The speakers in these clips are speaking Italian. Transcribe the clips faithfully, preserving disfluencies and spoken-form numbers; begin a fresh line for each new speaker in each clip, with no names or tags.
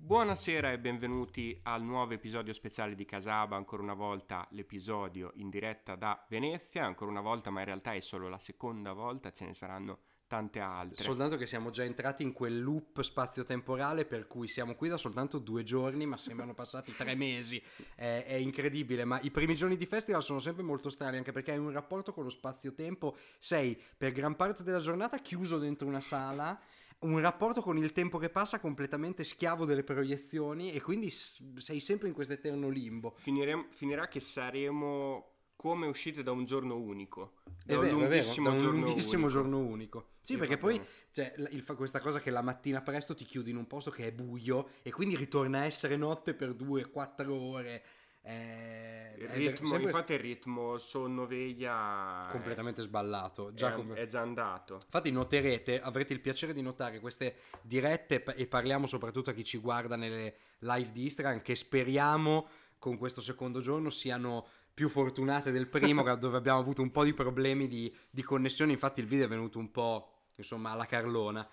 Buonasera e benvenuti al nuovo episodio speciale di Casaba, ancora una volta l'episodio in diretta da Venezia, ancora una volta, ma in realtà è solo la seconda volta, ce ne saranno tante altre.
Soltanto che siamo già entrati in quel loop spazio-temporale per cui siamo qui da soltanto due giorni, ma sembrano passati tre mesi. È, è incredibile, ma i primi giorni di festival sono sempre molto strani, anche perché hai un rapporto con lo spazio-tempo, sei per gran parte della giornata chiuso dentro una sala, un rapporto con il tempo che passa completamente schiavo delle proiezioni e quindi sei sempre in questo eterno limbo.
Finiremo, finirà che saremo come uscite da un giorno unico, da
è
un
vero,
lunghissimo,
è vero, da un
giorno,
lunghissimo
unico.
giorno unico. Sì,
E
perché
va
poi
bene.
cioè, il, questa cosa che la mattina presto ti chiudi in un posto che è buio e quindi ritorna a essere notte per due quattro ore. Eh,
Il
è
ritmo,
sempre
infatti il ritmo sonno-veglia
completamente
è,
sballato. Già
è-
com-
è già andato.
Infatti noterete, avrete il piacere di notare queste dirette e parliamo soprattutto a chi ci guarda nelle live di Instagram, che speriamo con questo secondo giorno siano più fortunate del primo, dove abbiamo avuto un po' di problemi di, di connessione. Infatti il video è venuto un po' insomma alla Carlona.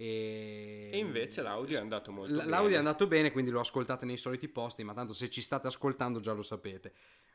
E,
E invece l'audio è andato molto bene.
L'audio è andato bene, quindi lo ascoltate nei soliti posti, ma tanto se ci state ascoltando già lo sapete.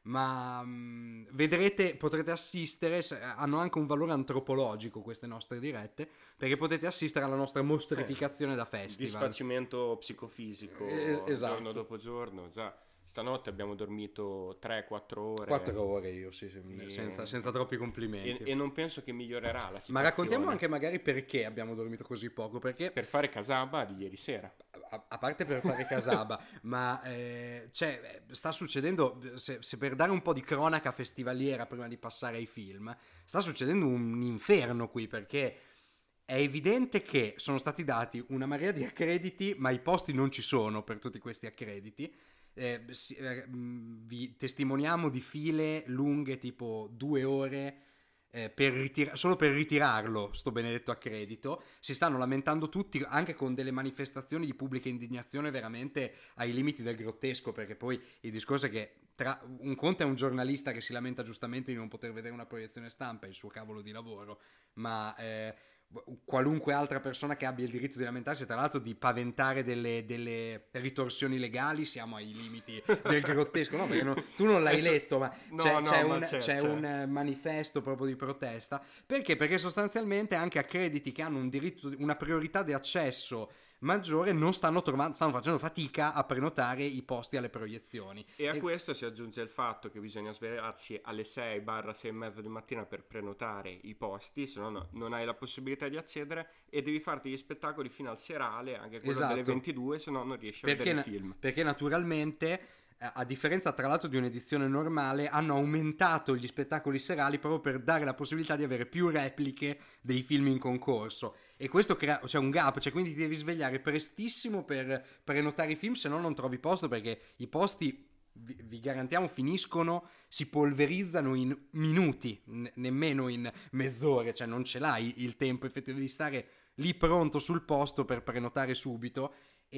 Ma mh, vedrete, potrete assistere, hanno anche un valore antropologico queste nostre dirette, perché potete assistere alla nostra mostrificazione
Eh,
da festival.
Disfacimento psicofisico,
Eh, esatto.
giorno dopo giorno. Già stanotte abbiamo dormito tre quattro ore.
Quattro ore io, sì, sì,
E-
senza, senza troppi complimenti.
E, e non penso che migliorerà la situazione.
Ma raccontiamo anche magari perché abbiamo dormito così poco, perché
Per fare Casaba di ieri sera.
a, a parte per fare casaba, ma eh, cioè, sta succedendo, se, se per dare un po' di cronaca festivaliera prima di passare ai film, sta succedendo un inferno qui, perché è evidente che sono stati dati una marea di accrediti, ma i posti non ci sono per tutti questi accrediti. Eh, si- eh, mh, vi testimoniamo di file lunghe tipo due ore eh, per ritira- solo per ritirarlo sto benedetto accredito. Si stanno lamentando tutti, anche con delle manifestazioni di pubblica indignazione veramente ai limiti del grottesco, perché poi il discorso è che tra un conto è un giornalista che si lamenta giustamente di non poter vedere una proiezione stampa, è il suo cavolo di lavoro, ma eh, qualunque altra persona che abbia il diritto di lamentarsi, tra l'altro di paventare delle, delle ritorsioni legali, siamo ai limiti del grottesco, no? Perché no, tu non l'hai
Adesso-
letto, ma
no,
c'è,
no,
c'è,
ma
un,
c'è,
c'è
c'è.
un eh, manifesto proprio di protesta. Perché? Perché sostanzialmente anche accrediti che hanno un diritto, una priorità di accesso maggiore non stanno trovando, stanno facendo fatica a prenotare i posti alle proiezioni.
E a questo si aggiunge il fatto che bisogna svegliarsi alle sei sei e mezza di mattina per prenotare i posti, se no no- non hai la possibilità di accedere e devi farti gli spettacoli fino al serale, anche quello
Esatto.
delle ventidue, se no non riesci a
perché,
vedere il film.
perché naturalmente, eh, a differenza tra l'altro di un'edizione normale, hanno aumentato gli spettacoli serali proprio per dare la possibilità di avere più repliche dei film in concorso, e questo crea, cioè, un gap, cioè quindi ti devi svegliare prestissimo per prenotare i film, se no non trovi posto, perché i posti, vi, vi garantiamo, finiscono, si polverizzano in minuti, n- nemmeno in mezz'ore, cioè non ce l'hai il tempo effettivamente di stare lì pronto sul posto per prenotare subito.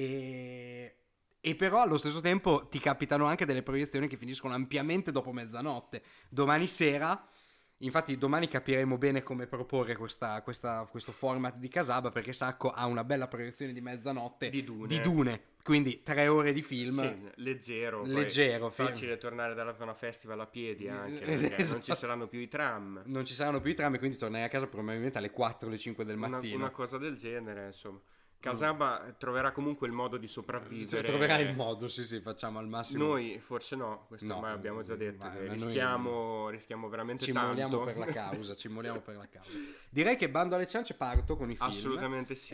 E, e però allo stesso tempo ti capitano anche delle proiezioni che finiscono ampiamente dopo mezzanotte. Domani sera, infatti domani capiremo bene come proporre questa, questa, questo format di Casaba, perché Sacco ha una bella proiezione di mezzanotte
Di Dune.
di Dune, quindi tre ore di film.
Sì, leggero, poi
Leggero, film.
facile tornare dalla zona festival a piedi anche,
Eh,
perché non
esatto.
ci saranno più i tram.
Non ci saranno più i tram e quindi tornerai a casa probabilmente alle quattro o alle cinque del
Una,
mattino.
una cosa del genere, insomma. Casaba troverà comunque il modo di sopravvivere.
Cioè, troverai il modo, sì sì, facciamo al massimo.
Noi forse no, questo
No,
ormai abbiamo già detto,
ma-
che
ma noi-
rischiamo, rischiamo veramente
Ci
tanto.
moliamo per la causa, ci moliamo per la causa. Direi che bando alle ciance parto con i film.
Assolutamente sì.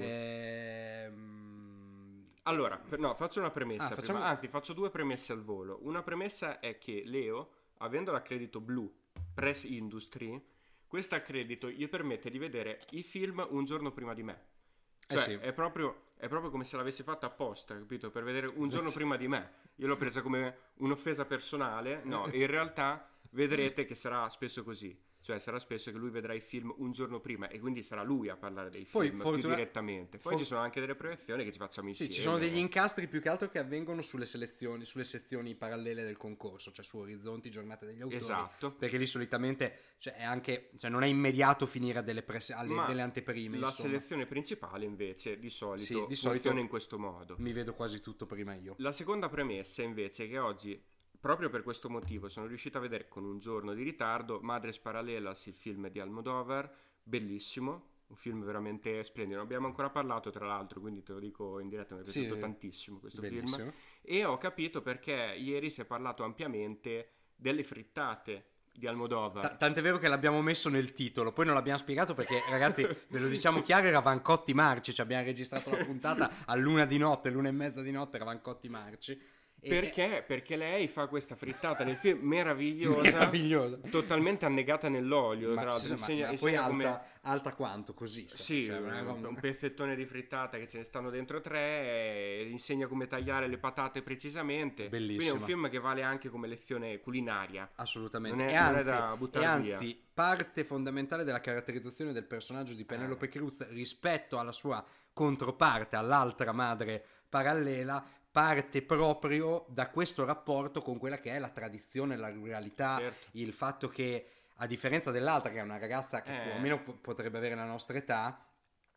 Ehm...
Allora, per- no, faccio una premessa,
Ah,
prima.
facciamo-
Anzi faccio due premesse al volo. Una premessa è che Leo, avendo l'accredito blu Press Industry, questo accredito gli permette di vedere i film un giorno prima di me. Cioè,
Eh sì.
è, proprio, è proprio come se l'avessi fatta apposta, capito? Per vedere un giorno prima di me. Io l'ho presa come un'offesa personale, no, in realtà vedrete che sarà spesso così. cioè sarà spesso che lui vedrà i film un giorno prima e quindi sarà lui a parlare dei
Poi,
film
fortuna-
più direttamente. Poi
for-
ci sono anche delle proiezioni che ci facciamo
Sì,
insieme.
ci sono degli incastri più che altro che avvengono sulle selezioni, sulle sezioni parallele del concorso, cioè su Orizzonti, Giornate degli Autori.
Esatto.
Perché lì solitamente cioè, è anche, cioè, non è immediato finire a delle, prese, alle,
Ma
delle anteprime.
la
insomma.
selezione principale invece di solito,
Sì, di
funziona
solito
in questo modo.
Mi vedo quasi tutto prima io.
La seconda premessa invece è che oggi, proprio per questo motivo, sono riuscito a vedere con un giorno di ritardo Madres Paralelas, il film di Almodovar, bellissimo, un film veramente splendido. Non abbiamo ancora parlato, tra l'altro, quindi te lo dico in diretta, mi è piaciuto
Sì,
tantissimo questo
bellissimo.
film. E ho capito perché ieri si è parlato ampiamente delle frittate di Almodovar.
T- tant'è vero che l'abbiamo messo nel titolo, poi non l'abbiamo spiegato perché, ragazzi, ve lo diciamo chiaro, era Vancotti Marci, cioè abbiamo registrato la puntata a luna di notte, l'una e mezza di notte era Vancotti Marci. E-
Perché? Perché lei fa questa frittata nel film meravigliosa,
Meravigliosa.
totalmente annegata nell'olio,
Ma,
tra l'altro.
sì, ma-
insegna,
ma
insegna
poi
come...
alta, alta quanto? Così. sai,
Sì,
cioè,
un,
una-
un pezzettone di frittata che ce ne stanno dentro tre, e insegna come tagliare le patate precisamente. Quindi è
Bellissima.
un film che vale anche come lezione culinaria.
Assolutamente.
Non è-
e,
non è
anzi,
da buttare
e anzi,
via.
parte fondamentale della caratterizzazione del personaggio di Penelope
Eh.
Cruz rispetto alla sua controparte, all'altra madre parallela, parte proprio da questo rapporto con quella che è la tradizione, la ruralità,
Certo.
il fatto che, a differenza dell'altra, che è una ragazza che
Eh.
più o meno po- potrebbe avere la nostra età,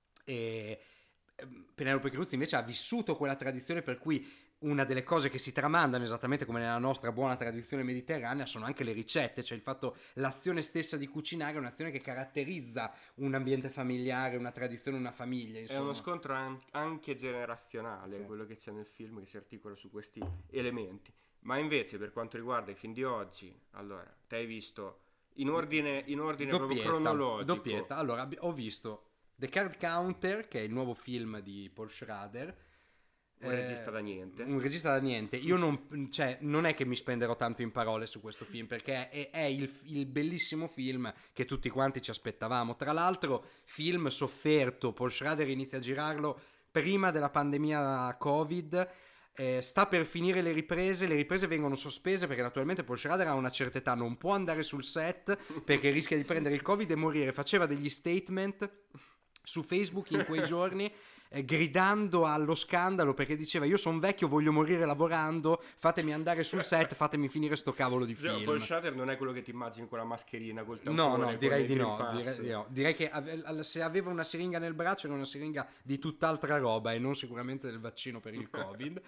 e ehm, Penelope Cruz invece ha vissuto quella tradizione per cui una delle cose che si tramandano esattamente come nella nostra buona tradizione mediterranea sono anche le ricette, cioè il fatto, l'azione stessa di cucinare è un'azione che caratterizza un ambiente familiare, una tradizione, una famiglia,
È
insomma.
uno scontro an- anche generazionale,
Sì.
quello che c'è nel film, che si articola su questi elementi. Ma invece, per quanto riguarda i film di oggi, allora, te hai visto in ordine, in ordine proprio cronologico.
doppietta. Allora, abbi- ho visto The Card Counter, che è il nuovo film di Paul Schrader.
Un
Eh,
regista da niente.
Un regista da niente. Io non, cioè, non è che mi spenderò tanto in parole su questo film, perché è, è il, il bellissimo film che tutti quanti ci aspettavamo. Tra l'altro, film sofferto. Paul Schrader inizia a girarlo prima della pandemia Covid. Eh, sta per finire le riprese. Le riprese vengono sospese perché naturalmente Paul Schrader ha una certa età, non può andare sul set perché rischia di prendere il Covid e morire. Faceva degli statement su Facebook in quei giorni, eh, gridando allo scandalo perché diceva: io sono vecchio, voglio morire lavorando, fatemi andare sul set, fatemi finire sto cavolo di
Cioè,
film.
Paul Schrader non è quello che ti immagini con la mascherina, col tampone,
No, no,
con
direi
il
di
Green
no,
Pass.
direi, di no. Direi che ave- se aveva una siringa nel braccio era una siringa di tutt'altra roba e non sicuramente del vaccino per il Covid.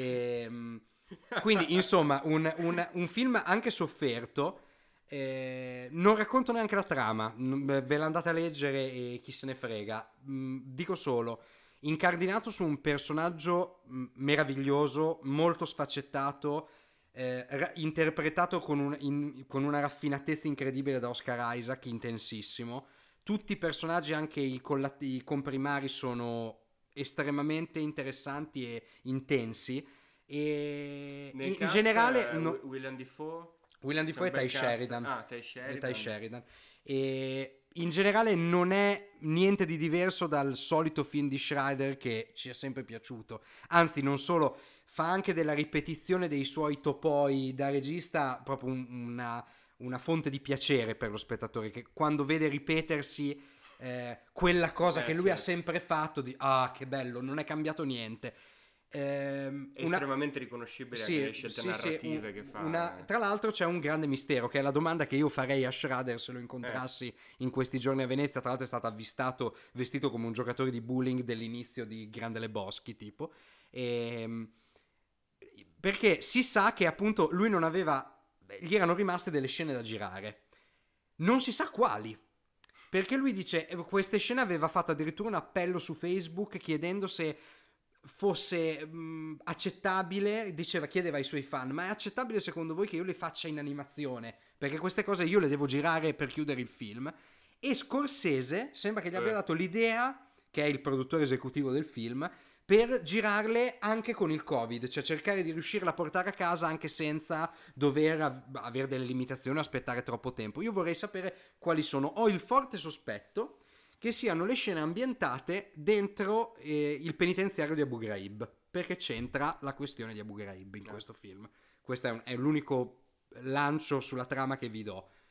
E, quindi, insomma, un, un, un film anche sofferto. Eh, non racconto neanche la trama, n- ve l'andate a leggere e chi se ne frega. Mm, dico solo, incardinato su un personaggio mm, meraviglioso, molto sfaccettato, eh, ra- interpretato con, un- in- con una raffinatezza incredibile da Oscar Isaac, intensissimo. Tutti i personaggi, anche i, collat- i comprimari, sono estremamente interessanti e intensi. E
Nel
in
cast,
generale
eh,
no-
William Dafoe.
William Dafoe e
C'è un
Ty
bel cast.
Sheridan.
Ah, Ty
E
Sheridan.
Ty Sheridan. E in generale non è niente di diverso dal solito film di Schrader che ci è sempre piaciuto. Anzi, non solo, fa anche della ripetizione dei suoi topoi da regista proprio un- una, una fonte di piacere per lo spettatore, che quando vede ripetersi eh, quella cosa
Eh,
che lui
certo.
ha sempre fatto, di ah, che bello, non è cambiato niente. Ehm,
È
una-
estremamente riconoscibile
sì,
anche le scelte
sì, sì,
narrative
un-
che fa.
una- tra l'altro c'è un grande mistero, che è la domanda che io farei a Schrader se lo incontrassi in questi giorni a Venezia. Tra l'altro è stato avvistato vestito come un giocatore di bowling dell'inizio di Grande Lebowski, tipo. Ehm, perché si sa che appunto lui non aveva, gli erano rimaste delle scene da girare. Non si sa quali. Perché lui dice, eh, queste scene aveva fatto addirittura un appello su Facebook chiedendo se fosse mh, accettabile, diceva, chiedeva ai suoi fan, ma è accettabile secondo voi che io le faccia in animazione? Perché queste cose io le devo girare per chiudere il film. E Scorsese sembra che gli abbia
Eh.
dato l'idea, che è il produttore esecutivo del film, per girarle anche con il Covid, cioè cercare di riuscirla a portare a casa anche senza dover av- avere delle limitazioni o aspettare troppo tempo. Io vorrei sapere quali sono. Ho il forte sospetto che siano le scene ambientate dentro eh, il penitenziario di Abu Ghraib, perché c'entra la questione di Abu Ghraib in
Ah.
questo film. Questo è, un- è l'unico lancio sulla trama che vi do.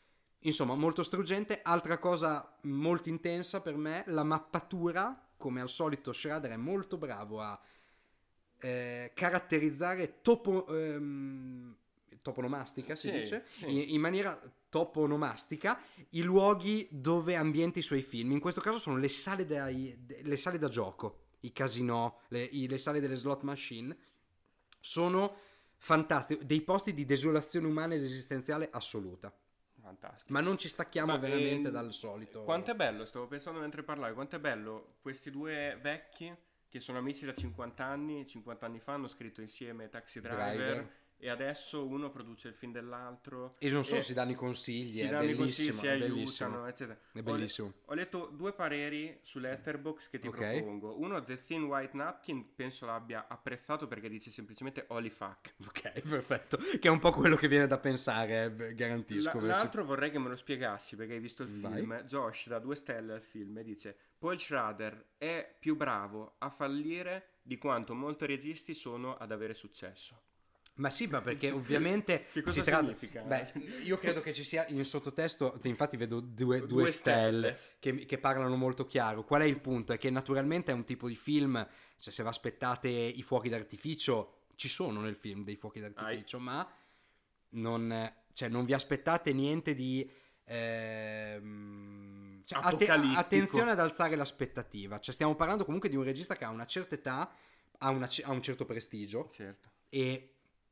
Insomma, molto struggente. Altra cosa molto intensa per me, la mappatura. Come al solito Schrader è molto bravo a eh, caratterizzare topo, ehm, toponomastica, si
Sì,
dice,
sì.
in, in maniera toponomastica i luoghi dove ambienta i suoi film. In questo caso sono le sale, dai, le sale da gioco, i casinò, le, i- le sale delle slot machine. Sono fantastici, dei posti di desolazione umana ed esistenziale assoluta.
Fantastico.
Ma non ci stacchiamo
Ma,
veramente
ehm,
dal solito.
Quanto è bello, stavo pensando mentre parlavi, quanto è bello questi due vecchi che sono amici da cinquanta anni, cinquanta anni fa hanno scritto insieme Taxi Driver,
Driver.
e adesso uno produce il film dell'altro
E non solo
e
si danno i consigli,
si
è
danno i consigli,
bellissimo,
si
è bellissimo.
aiutano, eccetera.
È
Ho le-
bellissimo.
Ho letto due pareri su Letterboxd che ti
Ok.
propongo. Uno, The Thin White Napkin, penso l'abbia apprezzato perché dice semplicemente holy fuck.
Ok, perfetto. Che è un po' quello che viene da pensare, eh,
La-
garantisco.
l'altro vorrei che me lo spiegassi perché hai visto il
Vai.
film. Josh dà due stelle al film e dice: Paul Schrader è più bravo a fallire di quanto molti registi sono ad avere successo.
Ma sì, ma perché ovviamente
Che cosa
si tratta...
significa?
Beh, io credo che ci sia in sottotesto, infatti vedo due, due,
Due
stelle,
stelle.
Che, che parlano molto chiaro. Qual è il punto? È che naturalmente è un tipo di film, cioè se vi aspettate i fuochi d'artificio, ci sono nel film dei fuochi d'artificio, ma non, cioè, non vi aspettate niente di... ehm, cioè, atte-
Apocalittico.
attenzione ad alzare l'aspettativa. Cioè, stiamo parlando comunque di un regista che ha una certa età, ha, una c- ha un certo prestigio
Certo.
e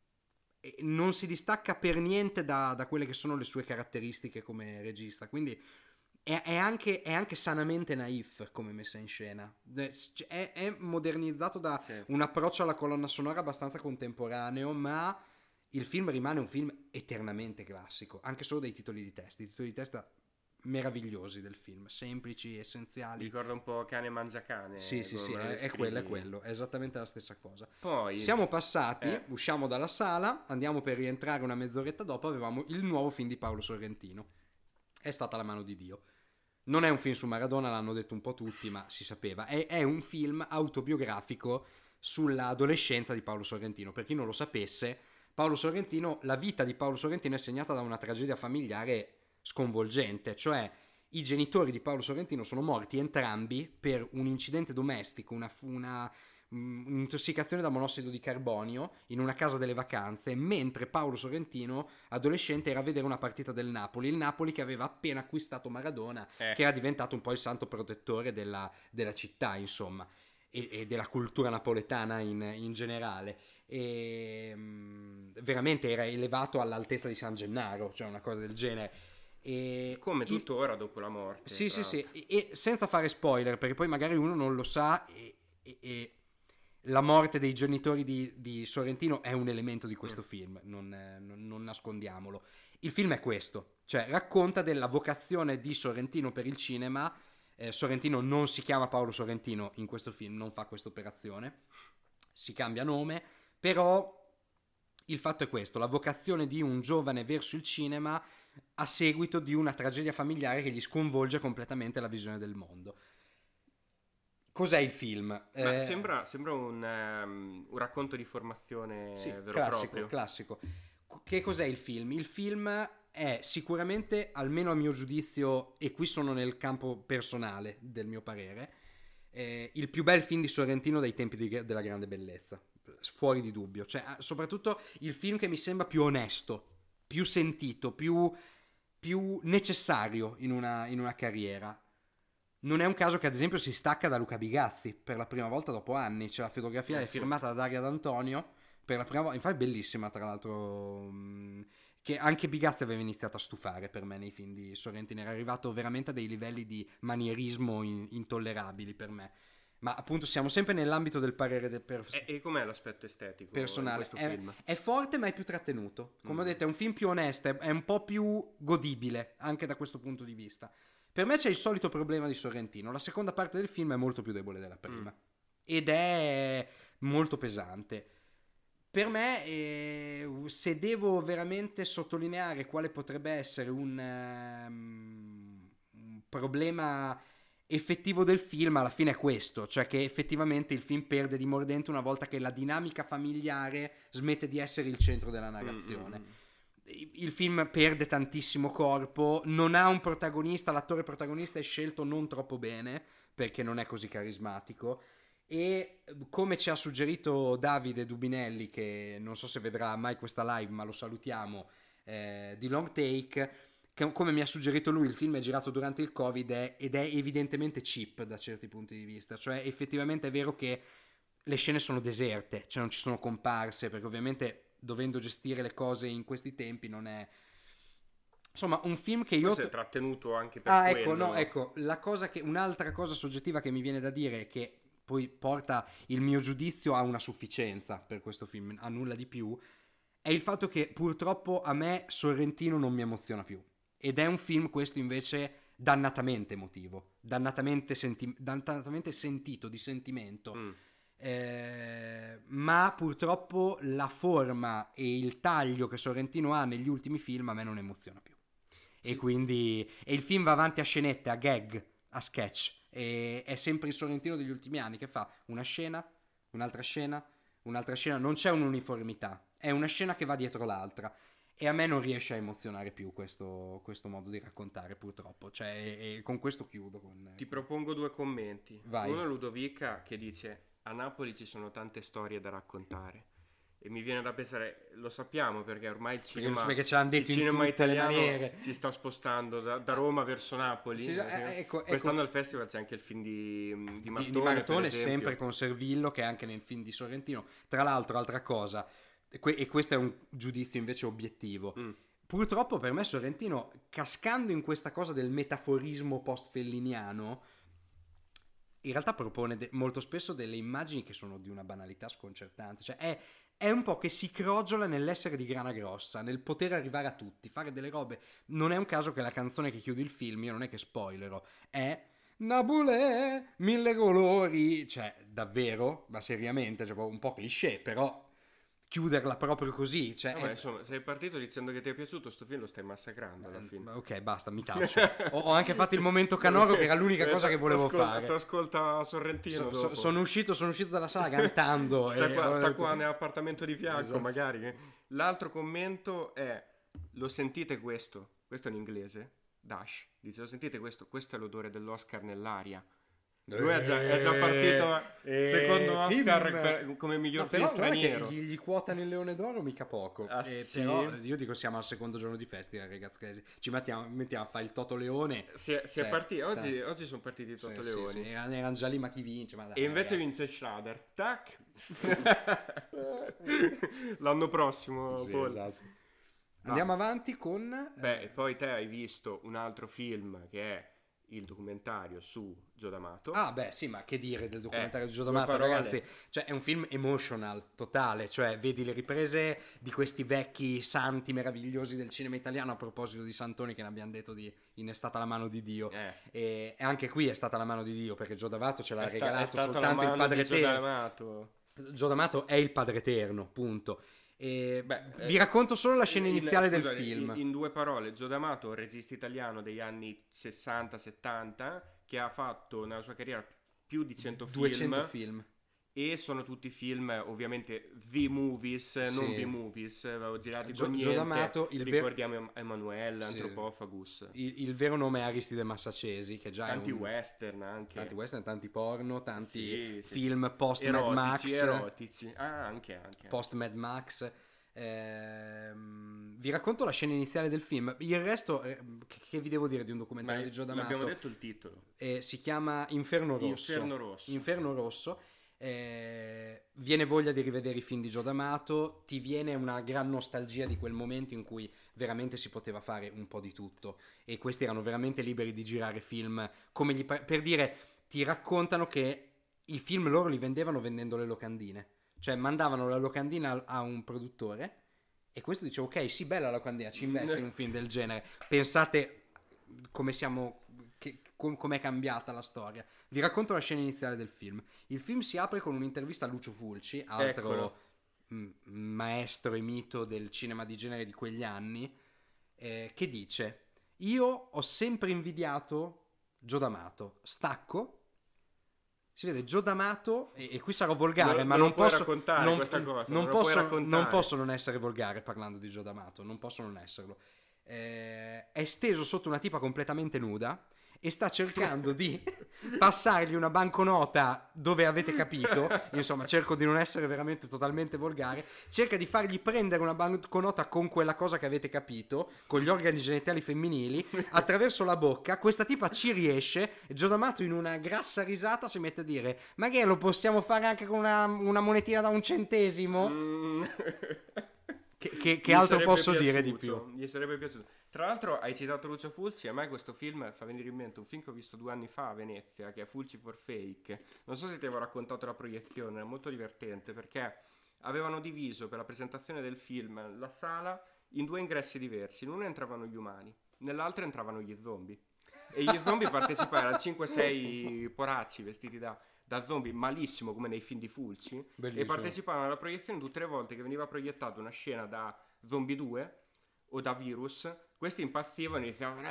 e non si distacca per niente da, da quelle che sono le sue caratteristiche come regista, quindi è, è anche, è anche sanamente naif come messa in scena. È, è modernizzato da
Sì.
un approccio alla colonna sonora abbastanza contemporaneo, ma il film rimane un film eternamente classico, anche solo dai titoli di testa, i titoli di testa meravigliosi del film, semplici, essenziali.
Ricorda un po' Cane mangia cane.
Sì, sì,
come
sì,
me lo
è, è
descrivi.
quello, è quello, è esattamente la stessa cosa.
Poi
Siamo passati,
eh.
usciamo dalla sala, andiamo per rientrare una mezz'oretta dopo, avevamo il nuovo film di Paolo Sorrentino. È stata la mano di Dio. Non è un film su Maradona, l'hanno detto un po' tutti, ma si sapeva. È, è un film autobiografico sull'adolescenza di Paolo Sorrentino. Per chi non lo sapesse, Paolo Sorrentino, la vita di Paolo Sorrentino è segnata da una tragedia familiare sconvolgente, cioè i genitori di Paolo Sorrentino sono morti entrambi per un incidente domestico, una, una mm, un'intossicazione da monossido di carbonio in una casa delle vacanze, mentre Paolo Sorrentino, adolescente, era a vedere una partita del Napoli, il Napoli che aveva appena acquistato Maradona,
Eh.
che era diventato un po' il santo protettore della, della città, insomma, e, e della cultura napoletana in, in generale. E mm, veramente era elevato all'altezza di San Gennaro, cioè una cosa del genere. E
come
il-
tuttora dopo la morte.
sì,
tra
sì,
l'altro.
sì, e, e senza fare spoiler, perché poi magari uno non lo sa e, e- e la morte dei genitori di, di Sorrentino è un elemento di questo
Mm.
film, non, eh, non- non nascondiamolo. Il film è questo, cioè racconta della vocazione di Sorrentino per il cinema. Eh, Sorrentino non si chiama Paolo Sorrentino in questo film, non fa questa operazione, si cambia nome, però il fatto è questo, la vocazione di un giovane verso il cinema a seguito di una tragedia familiare che gli sconvolge completamente la visione del mondo. Cos'è il film?
Ma
Eh,
sembra, sembra un, ehm, un racconto di formazione
sì,
vero e
classico,
proprio.
classico. Che cos'è il film? Il film è sicuramente, almeno a mio giudizio, e qui sono nel campo personale del mio parere, eh, il più bel film di Sorrentino dai tempi di- della grande bellezza, fuori di dubbio. Cioè, soprattutto il film che mi sembra più onesto, più sentito, più, più necessario in una, in una carriera. Non è un caso che ad esempio si stacca da Luca Bigazzi per la prima volta dopo anni. C'è la fotografia
Eh,
è
sì.
firmata da Daria D'Antonio per la prima volta, infatti è bellissima tra l'altro, mh, che anche Bigazzi aveva iniziato a stufare per me nei film di Sorrentino, era arrivato veramente a dei livelli di manierismo in- intollerabili per me. Ma appunto siamo sempre nell'ambito del parere del per-
E, e com'è l'aspetto estetico
personale.
in questo
È,
film?
è forte ma è più trattenuto. Come
Mm.
ho detto, è un film più onesto, è, è un po' più godibile anche da questo punto di vista. Per me c'è il solito problema di Sorrentino. La seconda parte del film è molto più debole della prima.
Mm.
Ed è molto pesante. Per me, eh, se devo veramente sottolineare quale potrebbe essere un, ehm, un problema effettivo del film, alla fine è questo, cioè che effettivamente il film perde di mordente una volta che la dinamica familiare smette di essere il centro della narrazione.
Mm, mm, mm.
il film perde tantissimo corpo, non ha un protagonista, l'attore protagonista è scelto non troppo bene perché non è così carismatico, e come ci ha suggerito Davide Dubinelli, che non so se vedrà mai questa live ma lo salutiamo, eh, di Long Take, che come mi ha suggerito lui il film è girato durante il Covid è, ed è evidentemente cheap da certi punti di vista, cioè effettivamente è vero che le scene sono deserte, cioè non ci sono comparse, perché ovviamente dovendo gestire le cose in questi tempi non è, insomma, un film che io
forse è trattenuto anche per
ah
quello.
ecco no ecco la cosa che un'altra cosa soggettiva che mi viene da dire, che poi porta il mio giudizio a una sufficienza per questo film, a nulla di più, è il fatto che purtroppo a me Sorrentino non mi emoziona più, ed è un film questo invece dannatamente emotivo, dannatamente, senti- dannatamente sentito, di sentimento.
Mm.
Eh, ma purtroppo la forma e il taglio che Sorrentino ha negli ultimi film a me non emoziona più,
Sì.
e quindi e il film va avanti a scenette, a gag, a sketch, e è sempre il Sorrentino degli ultimi anni che fa una scena, un'altra scena, un'altra scena, non c'è un'uniformità, è una scena che va dietro l'altra, e a me non riesce a emozionare più questo, questo modo di raccontare, purtroppo, cioè, e, e con questo chiudo con...
Ti propongo due commenti.
Vai.
Uno è Ludovica che dice: a Napoli ci sono tante storie da raccontare, e mi viene da pensare, lo sappiamo perché ormai il cinema,
perché ce l'hanno detto
il
in
cinema
tutte le
italiano
maniere.
si sta spostando da, da Roma verso Napoli.
Sì, eh, ecco,
Quest'anno
ecco.
al festival c'è anche il film di, di Martone,
di, di Martone,
per esempio.
sempre con Servillo, che è anche nel film di Sorrentino. Tra l'altro, altra cosa, e, que- e questo è un giudizio invece obiettivo,
Mm.
purtroppo per me Sorrentino, cascando in questa cosa del metaforismo post-felliniano, in realtà propone de- molto spesso delle immagini che sono di una banalità sconcertante, cioè è, è un po' che si crogiola nell'essere di grana grossa, nel poter arrivare a tutti, fare delle robe. Non è un caso che la canzone che chiude il film, io non è che spoilerò, è Nabulè, mille colori, cioè davvero, ma seriamente, cioè un po' cliché, però chiuderla proprio così, cioè
Vabbè,
è-
insomma, sei partito dicendo che ti è piaciuto sto film, lo stai massacrando alla fine.
Eh, ok, basta, mi taccio. ho, ho anche fatto il momento canoro, che era l'unica cosa che volevo
ci ascolta,
fare.
Ci ascolta Sorrentino
So- so-
dopo.
sono uscito sono uscito dalla sala cantando.
sta,
e
qua,
ho
sta
detto-
qua nell'appartamento di fianco,
Esatto.
magari. L'altro commento è: lo sentite questo? Questo è in inglese. Dash dice: lo sentite questo? Questo è l'odore dell'Oscar nell'aria. Lui è già, è già partito
Eh,
secondo Oscar
film.
per- come miglior
No,
film
però guarda che
straniero.
gli, gli quotano il Leone d'Oro mica poco.
Ah,
Eh,
sì?
Però io dico siamo al secondo giorno di festival, ragazzi. Ci mettiamo, mettiamo a fare il Toto Leone.
Si è, si è
Cioè,
partiti, oggi,
dai.
oggi sono partiti
Sì,
Toto
sì,
Leoni.
sì, erano, erano già lì, ma chi vince? Ma dai,
E invece
ragazzi.
vince Schrader. Tac. L'anno prossimo,
Sì,
Paul.
esatto. Andiamo avanti con... eh,
Beh, e poi te hai visto un altro film che è il documentario su Gio D'Amato.
Ah, beh, sì, ma che dire del documentario
Eh,
di Gio
due
D'Amato,
parole.
ragazzi? Cioè, è un film emotional, totale. Cioè, vedi le riprese di questi vecchi santi meravigliosi del cinema italiano. A proposito di santoni, che ne abbiamo detto di in È stata la mano di Dio.
Eh.
E, e anche qui è stata la mano di Dio, perché Gio D'Amato ce l'ha
È, sta-
regalato
è stata la
soltanto il
mano
Padre
di Gio
Eterno.
D'Amato.
Gio D'Amato è il Padre Eterno, punto. E
Beh,
vi
eh,
racconto solo la scena
in-
iniziale
scusa,
del film.
In, in due parole, Gio D'Amato, regista italiano degli anni sessanta settanta, che ha fatto nella sua carriera più di cento film.
duecento film.
E sono tutti film, ovviamente, V-movies,
Sì.
non B-movies, avevo girati
Gio-
con
Gio
niente.
D'Amato, il ver-
ricordiamo Em- Emanuele,
Sì.
Antropophagus,
Il, il vero nome è Aristide Massacesi, che già
tanti
è un...
western anche.
Tanti western, tanti porno, tanti
Sì, sì,
film
sì.
post Mad Max,
Erotici, erotici. Ah, anche, anche.
post Mad Max. Ehm, vi racconto la scena iniziale del film. Il resto, eh, che, che vi devo dire di un
Ma
documentario di Gio
l'abbiamo
D'Amato?
detto il titolo.
Eh, si chiama Inferno Rosso.
Inferno Rosso.
Inferno Rosso. Eh, viene voglia di rivedere i film di Gio D'Amato, ti viene una gran nostalgia di quel momento in cui veramente si poteva fare un po' di tutto, e questi erano veramente liberi di girare film come gli pa- per dire, ti raccontano che i film loro li vendevano vendendo le locandine, cioè mandavano la locandina a- a un produttore e questo dice: ok, sì, bella la locandina, ci investi in un film del genere. Pensate come siamo, che, com- com'è cambiata la storia. Vi racconto la scena iniziale del film. Il film si apre con un'intervista a Lucio Fulci, altro
Eccolo.
m- maestro e mito del cinema di genere di quegli anni, eh, che dice: io ho sempre invidiato Gio D'Amato, stacco, Si vede Joe D'Amato, e, e qui sarò volgare,
non,
ma
non
non
puoi
posso
raccontare
non,
questa cosa,
non
non,
posso,
lo puoi raccontare.
non posso non essere volgare parlando di Joe D'Amato, non posso non esserlo. Eh, è steso sotto una tipa completamente nuda e sta cercando di passargli una banconota dove avete capito, insomma cerco di non essere veramente totalmente volgare, cerca di fargli prendere una banconota con quella cosa che avete capito, con gli organi genitali femminili, attraverso la bocca. Questa tipa ci riesce e Joe D'Amato in una grassa risata si mette a dire: ma che lo possiamo fare anche con una, una monetina da un centesimo?
Mm.
Che, che, che altro posso
piaciuto,
dire di più?
Gli sarebbe piaciuto. Tra l'altro hai citato Lucio Fulci, a me questo film fa venire in mente un film che ho visto due anni fa a Venezia, che è Fulci for Fake. Non so se ti avevo raccontato la proiezione, è molto divertente perché avevano diviso per la presentazione del film la sala in due ingressi diversi. In uno entravano gli umani, nell'altro entravano gli zombie. E gli zombie partecipavano a cinque sei poracci vestiti da... da zombie malissimo come nei film di Fulci. Bellissimo. E partecipavano alla proiezione tutte le volte che veniva proiettata una scena da Zombie due o da Virus. Questi impazzivano e iniziavano,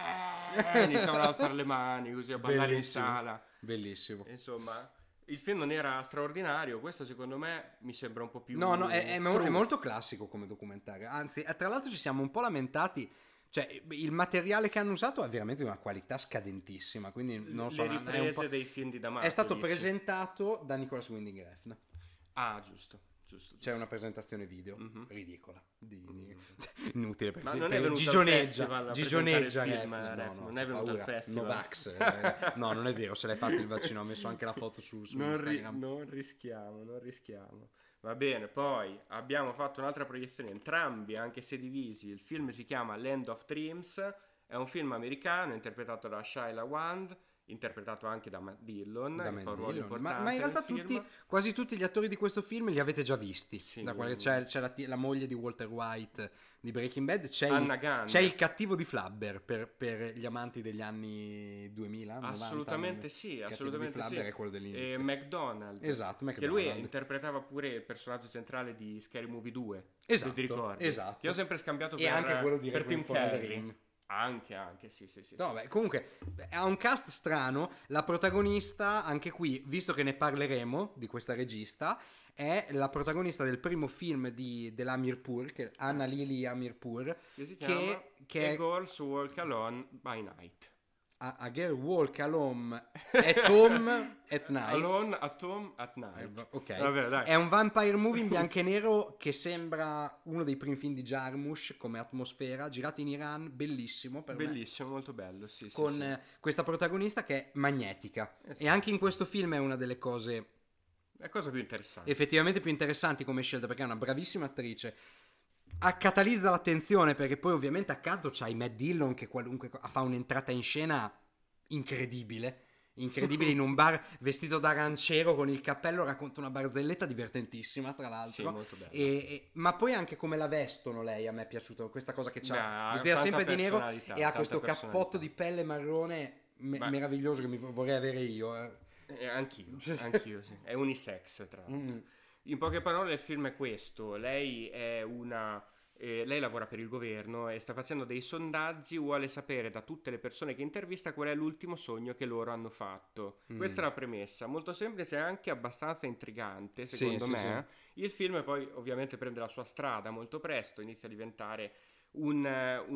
eh, iniziavano ad alzare le mani così a ballare bellissimo, in sala.
Bellissimo.
Insomma, il film non era straordinario. Questo secondo me mi sembra un po' più
no no è, è, è molto classico come documentario. Anzi, tra l'altro ci siamo un po' lamentati. Cioè, il materiale che hanno usato è veramente di una qualità scadentissima, quindi non so,
le riprese dei film di D'Amato.
È stato dici. presentato da Nicolas Winding Refn.
Ah, giusto, giusto.
C'è
giusto.
una presentazione video mm-hmm. ridicola, di,
mm-hmm.
inutile per,
Ma
per,
non
per
è venuto
gigioneggia,
al
gigioneggia
film,
Refn,
Refn.
no, no,
non è venuto
paura.
al festival.
Novax, eh, no, non è vero, se l'hai fatto il vaccino, ho messo anche la foto su, su
non
Instagram.
Ri- non rischiamo, non rischiamo. Va bene, poi abbiamo fatto un'altra proiezione, entrambi, anche se divisi. Il film si chiama Land of Dreams, è un film americano interpretato da Shia LaWand, interpretato anche da Matt Dillon,
da
che
Matt
fa un ruolo
Dillon.
importante
ma, ma in realtà tutti, quasi tutti gli attori di questo film li avete già visti.
Sì,
da quale, c'è, c'è la, la moglie di Walter White di Breaking Bad, c'è,
Anna
il,
Gunn.
c'è il cattivo di Flubber per, per gli amanti degli anni duemila.
Assolutamente
novanta,
sì,
il
assolutamente
di Flubber
sì.
è quello dell'inizio.
E McDonald,
esatto, McDonald,
che lui interpretava pure il personaggio centrale di Scary Movie due.
Esatto,
se ti ricordi.
esatto.
Che ho sempre scambiato
e
per,
anche quello di
per Tim Curry.
Ring.
Anche, anche, sì, sì, sì.
No,
sì.
Beh, comunque ha un cast strano. La protagonista, anche qui, visto che ne parleremo di questa regista, è la protagonista del primo film di dell'Amirpur, che è Anna Lili Amirpur,
che si chiama
che, che
A
è
Girls Walk Alone by Night.
A, a Girl Walk Alone at Home at Night.
Alone at Home at Night.
Eh, ok.
Vabbè, dai.
È un vampire movie in bianco e nero che sembra uno dei primi film di Jarmusch come atmosfera, girato in Iran, bellissimo per
Bellissimo,
me.
molto bello, sì, sì,
con
sì.
eh, questa protagonista che è magnetica. Esatto. E anche in questo film è una delle cose
è cosa più interessante.
Effettivamente più interessanti come scelta, perché è una bravissima attrice. Catalizza l'attenzione perché poi ovviamente accanto c'hai Matt Dillon che qualunque fa un'entrata in scena incredibile. Incredibile in un bar vestito da aranciero con il cappello, racconta una barzelletta divertentissima tra l'altro.
Sì, molto bella.
E, e, ma poi anche come la vestono lei, a me è piaciuto questa cosa che c'ha,
no,
vestita sempre di nero e ha questo
personalità.
cappotto di pelle marrone me- meraviglioso che mi vorrei avere io. Eh.
Eh, anch'io, anch'io sì. È unisex tra l'altro. Mm. In poche parole il film è questo: lei è una eh, lei lavora per il governo e sta facendo dei sondaggi, vuole sapere da tutte le persone che intervista qual è l'ultimo sogno che loro hanno fatto. Mm. Questa è la premessa, molto semplice e anche abbastanza intrigante secondo sì, me. Sì, sì. Il film poi ovviamente prende la sua strada molto presto, inizia a diventare un,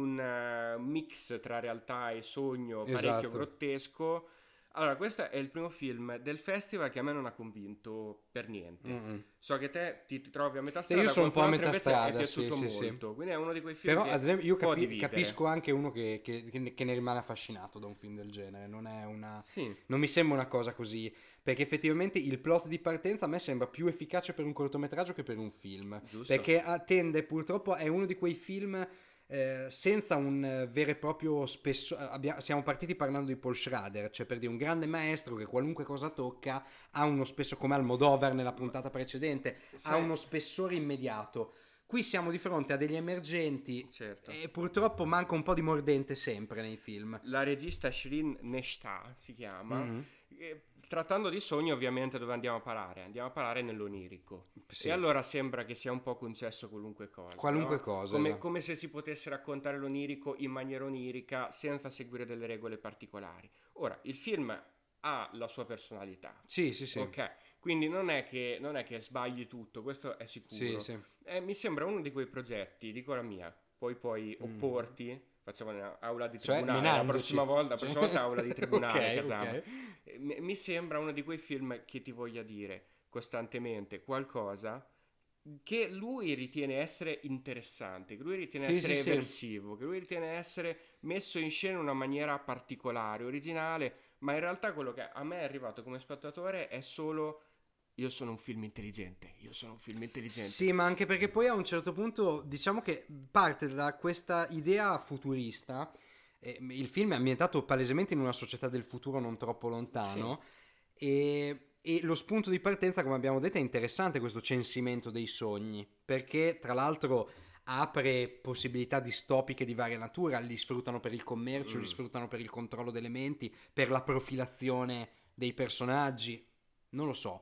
un mix tra realtà e sogno parecchio esatto. grottesco. Allora, questo è il primo film del festival che a me non ha convinto per niente. Mm-hmm. So che te ti, ti trovi a metà strada.
Io sono un po' a metà strada,
è piaciuto
sì,
molto.
Sì,
quindi è uno di quei film
però,
che
ad esempio, io capi-
dividere.
capisco anche uno che, che, che ne rimane affascinato da un film del genere. Non è una
sì.
Non mi sembra una cosa così, perché effettivamente il plot di partenza a me sembra più efficace per un cortometraggio che per un film.
Giusto.
Perché tende, purtroppo, è uno di quei film Eh, senza un eh, vero e proprio spesso abbia- siamo partiti parlando di Paul Schrader, cioè per dire un grande maestro che qualunque cosa tocca ha uno spesso, come Almodovar nella puntata precedente, sì. ha uno spessore immediato. Qui siamo di fronte a degli emergenti,
certo.
E purtroppo manca un po' di mordente sempre nei film.
La regista Shirin Neshta si chiama.
Mm-hmm.
E, trattando di sogni, ovviamente dove andiamo a parare? Andiamo a parare nell'onirico.
Sì.
E allora sembra che sia un po' concesso qualunque cosa.
Qualunque
no?
cosa.
Come,
esatto.
come se si potesse raccontare l'onirico in maniera onirica senza seguire delle regole particolari. Ora, il film ha la sua personalità.
Sì, sì, sì.
Ok, quindi non è che, non è che sbagli tutto, questo è sicuro.
Sì, sì.
Eh, mi sembra uno di quei progetti, dico la mia, poi puoi
Mm.
opporti, facciamo un'aula di
Cioè,
tribunale, la
menandoci.
prossima volta, la
Cioè-
prossima volta aula di tribunale,
Ok,
Casama.
ok.
Eh, Mi mi sembra uno di quei film che ti voglia dire costantemente qualcosa che lui ritiene essere interessante, che lui ritiene
Sì, sì,
essere
sì.
eversivo, che lui ritiene essere messo in scena in una maniera particolare, originale, ma in realtà quello che a me è arrivato come spettatore è solo io sono un film intelligente, io sono un film intelligente.
Sì, ma anche perché poi a un certo punto diciamo che parte da questa idea futurista. eh, il film è ambientato palesemente in una società del futuro non troppo
Sì.
lontano e, e lo spunto di partenza, come abbiamo detto, è interessante questo censimento dei sogni, perché tra l'altro apre possibilità distopiche di varia natura, li sfruttano per il commercio, li
Mm.
sfruttano per il controllo delle menti, per la profilazione dei personaggi, non lo so.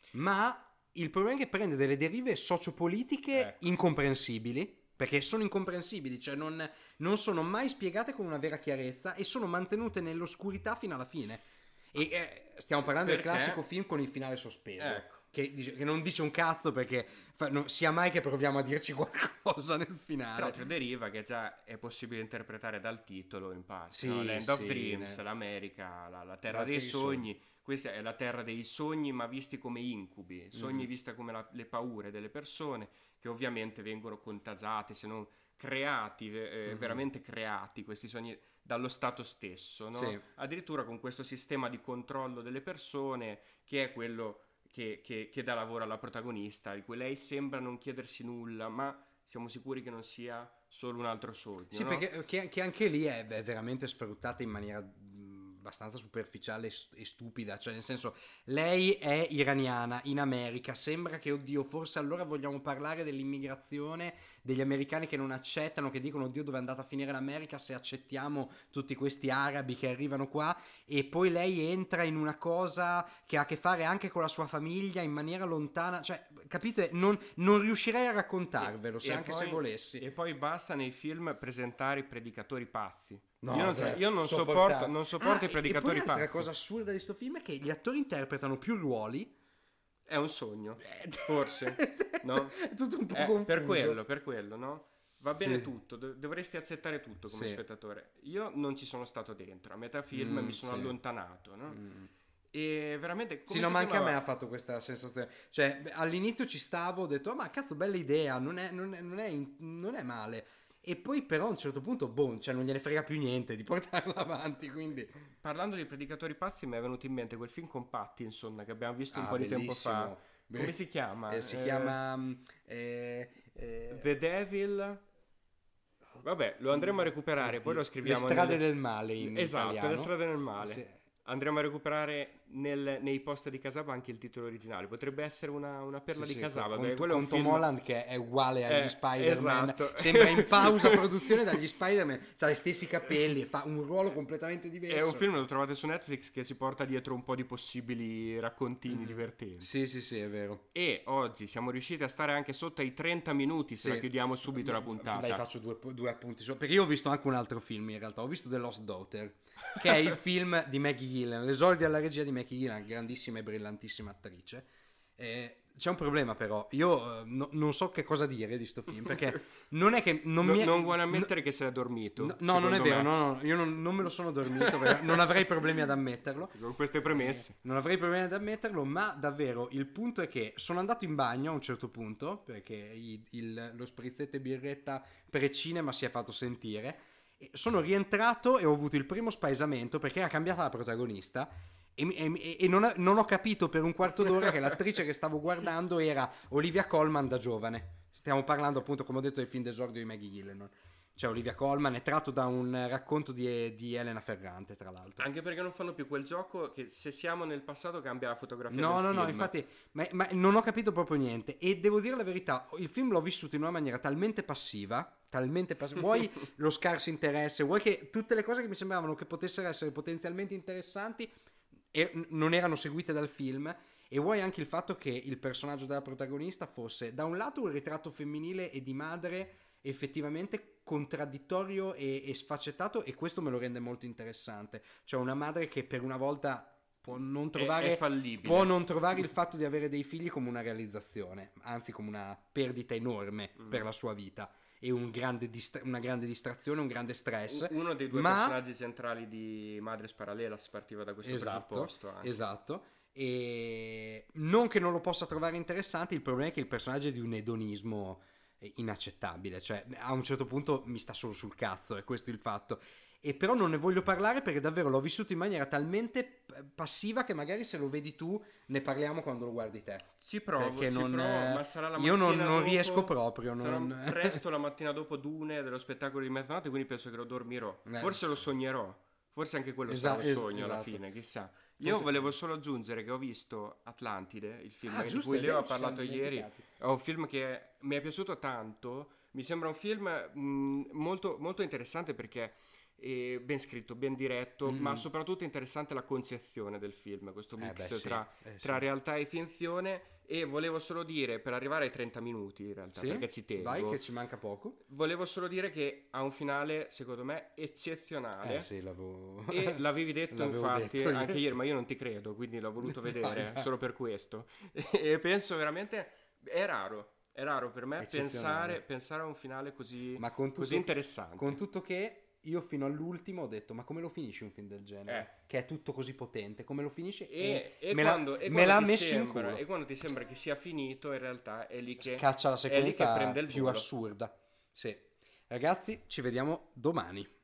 Ma il problema è che prende delle derive sociopolitiche
Ecco.
incomprensibili, perché sono incomprensibili, cioè non, non sono mai spiegate con una vera chiarezza e sono mantenute nell'oscurità fino alla fine. E eh, stiamo parlando del
Perché?
classico film con il finale sospeso,
Ecco.
che, dice- che non dice un cazzo perché fa- non- sia mai che proviamo a dirci qualcosa nel
Tra
finale.
l'altro deriva che già è possibile interpretare dal titolo in parte,
Sì,
no? Land of
sì,
Dreams,
ne-
l'America, la, la terra
la-
dei
dei sogni.
sogni. Questa è la terra dei sogni, ma visti come incubi, sogni
Mhm.
vista come la- le paure delle persone, che ovviamente vengono contagiate, se non creati, eh,
Mhm.
veramente creati questi sogni dallo Stato stesso, no?
Sì.
Addirittura con questo sistema di controllo delle persone, che è quello che, che- che dà lavoro alla protagonista, di cui lei sembra non chiedersi nulla, ma siamo sicuri che non sia solo un altro sogno,
Sì,
no?
perché che, che anche lì è, è veramente sfruttata in maniera mh, abbastanza superficiale e st- e stupida, cioè nel senso lei è iraniana in America, sembra che oddio forse allora vogliamo parlare dell'immigrazione, degli americani che non accettano, che dicono oddio dove è andata a finire l'America se accettiamo tutti questi arabi che arrivano qua, e poi lei entra in una cosa che ha a che fare anche con la sua famiglia in maniera lontana, cioè capite, non, non riuscirei a raccontarvelo se
E
anche se
poi-
volessi.
E poi basta nei film presentare i predicatori pazzi.
No,
io non, so-
beh,
io non sopporto,
sopportabile.
non sopporto
Ah,
i
e-
predicatori
e poi l'altra
pazzi.
cosa assurda di sto film è che gli attori interpretano più ruoli.
È un sogno,
Eh,
forse, no?
È tutto un po'
Eh,
confuso.
per quello, per quello, no? Va bene
Sì.
tutto, do- dovresti accettare tutto come
Sì.
spettatore. Io non ci sono stato dentro, a metà film
Mm,
mi sono
sì.
allontanato, no?
Mm.
E veramente come
Sì, no,
si
ma anche a me
chiamava?
ha fatto questa sensazione. Cioè, beh, all'inizio ci stavo, ho detto, oh, ma cazzo, bella idea, non è, non è- non è in- non è male. E poi però a un certo punto, boh, cioè non gliene frega più niente di portarla avanti, quindi...
Parlando di predicatori pazzi mi è venuto in mente quel film con Pattinson che abbiamo visto un
Ah,
po' di tempo fa.
bellissimo.
Come si chiama?
Eh, si
Eh,
chiama... mm, eh, eh,
The Devil. Vabbè, lo andremo a recuperare, poi lo scriviamo
Le strade
nelle-
del male in
Esatto,
italiano.
Le strade del male.
Sì.
Andremo a recuperare nel- nei post di Casaba anche il titolo originale. Potrebbe essere una, una perla
Sì,
di
sì,
Casaba,
con,
perché
con,
quello è un
con Tom
film...
Holland che è uguale agli
Eh,
Spider-Man,
esatto.
sembra in pausa produzione dagli Spider-Man, ha gli stessi capelli, fa un ruolo completamente diverso.
È un film, lo trovate su Netflix, che si porta dietro un po' di possibili raccontini
Mhm.
divertenti.
Sì, sì, sì, è vero.
E oggi siamo riusciti a stare anche sotto ai trenta minuti, se
Sì.
la chiudiamo subito la puntata.
Dai, faccio due, due appunti su, perché io ho visto anche un altro film in realtà, ho visto The Lost Daughter, che è il film di Maggie Gillen, l'esordio alla regia di Maggie Gillen, grandissima e brillantissima attrice. Eh, c'è un problema però, io eh, no- non so che cosa dire di sto film, perché non è che non
No-
mi è-
non vuole ammettere che sei addormito.
No, no, non è
secondo
vero,
me.
no, no, io non, non me lo sono dormito, perché non avrei problemi ad ammetterlo.
Con queste premesse.
Non avrei problemi ad ammetterlo, ma davvero il punto è che sono andato in bagno a un certo punto, perché i- il- lo sprizzetto e birretta pre-cinema si è fatto sentire, e sono rientrato e ho avuto il primo spaesamento perché era cambiata la protagonista e, mi- e mi- e non, ho- non ho capito per un quarto d'ora che l'attrice che stavo guardando era Olivia Colman da giovane. Stiamo parlando appunto, come ho detto, del film d'esordio di Maggie Gyllenhaal. Cioè Olivia Colman è tratto da un racconto di, di Elena Ferrante, tra l'altro.
Anche perché non fanno più quel gioco che se siamo nel passato cambia la fotografia
No,
del
no,
film.
no, infatti, ma, ma non ho capito proprio niente. E devo dire la verità, il film l'ho vissuto in una maniera talmente passiva, talmente passiva. Vuoi lo scarso interesse, vuoi che tutte le cose che mi sembravano che potessero essere potenzialmente interessanti e n- non erano seguite dal film. E vuoi anche il fatto che il personaggio della protagonista fosse da un lato un ritratto femminile e di madre effettivamente contraddittorio e, e sfaccettato, e questo me lo rende molto interessante. Cioè una madre che per una volta può non trovare,
è, è fallibile.
può non trovare il fatto di avere dei figli come una realizzazione, anzi come una perdita enorme mm. per la sua vita e un grande distra- una grande distrazione, un grande stress.
Uno dei due
ma...
personaggi centrali di Madres Paralelas partiva da questo
esatto,
presupposto anche.
Esatto. E non che non lo possa trovare interessante, il problema è che il personaggio è di un edonismo inaccettabile, cioè a un certo punto mi sta solo sul cazzo, è questo il fatto. E però non ne voglio parlare perché davvero l'ho vissuto in maniera talmente passiva che magari se lo vedi tu ne parliamo quando lo guardi te.
Ci provo,
perché
ci
non,
provo, ma sarà la
io non,
mattina
non
dopo,
riesco proprio.
Sarà
non...
presto la mattina dopo Dune dello spettacolo di mezzanotte, quindi penso che lo dormirò. Eh. Forse lo sognerò, forse anche quello
Esa-
sarà un sogno
esatto.
alla fine, chissà.
Forse...
Io volevo solo aggiungere che ho visto Atlantide, il film
ah,
di
giusto,
cui Leo
vero,
ha parlato ieri. È un film che mi è piaciuto tanto. Mi sembra un film mh, molto, molto interessante perché è ben scritto, ben diretto, mm. ma soprattutto interessante la concezione del film, questo mix
eh beh, sì,
tra,
eh
tra
sì.
realtà e finzione. E volevo solo dire, per arrivare ai trenta minuti in realtà,
sì?
perché ci tengo,
vai che ci manca poco,
volevo solo dire che ha un finale secondo me eccezionale.
eh sì, l'avevo...
e l'avevi detto
l'avevo
infatti
detto
anche ieri, ma io non ti credo, quindi l'ho voluto vedere
vai, vai.
solo per questo. E penso veramente, è raro È raro per me pensare, pensare a un finale così,
ma con tutto,
così interessante.
Con tutto che io fino all'ultimo ho detto, ma come lo finisci un film del genere?
Eh.
Che è tutto così potente, come lo finisci?
E,
e,
e,
me,
quando,
l'ha,
e
me l'ha messo
sembra,
in culo.
E quando ti sembra che sia finito, in realtà è lì che,
caccia la
è lì che
sequenza
prende il
più
volo.
assurda. Sì. Ragazzi, ci vediamo domani.